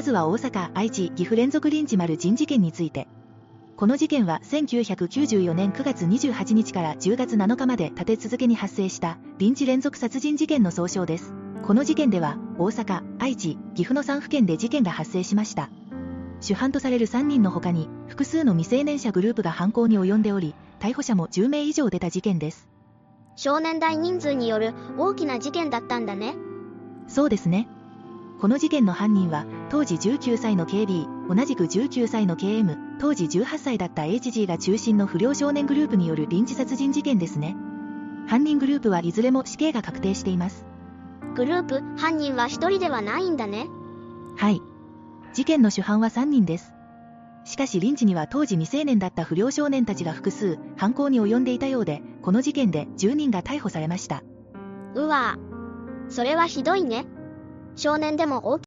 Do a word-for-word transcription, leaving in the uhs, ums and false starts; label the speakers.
Speaker 1: ずは大阪、愛知、岐阜連続リンチ丸人事件について。この事件はせんきゅうひゃくきゅうじゅうよねんくがつにじゅうはちにちからじゅうがつなのかまで立て続けに発生したリンチ連続殺人事件の総称です。この事件では大阪、愛知、岐阜のさんふけんで事件が発生しました。主犯とされるさんにんの他に複数の未成年者グループが犯行に及んでおり、逮捕者もじゅうめい以上出た事件です。
Speaker 2: 少年大人数による大きな事件だったんだね。
Speaker 1: そうですね。この事件の犯人は当時じゅうきゅうさいの ケービー、同じくじゅうきゅうさいの ケーエム、当時じゅうはっさいだった エイチジー が中心の不良少年グループによるリンチ殺人事件ですね。犯人グループはいずれも死刑が確定しています。
Speaker 2: グループ、犯人は一人ではないんだね。
Speaker 1: はい。事件の主犯はさんにんです。しかしリンチには当時未成年だった不良少年たちが複数犯行に及んでいたようで、この事件でじゅうにんが逮捕されました。
Speaker 2: うわぁ。それはひどいね。少年でも大き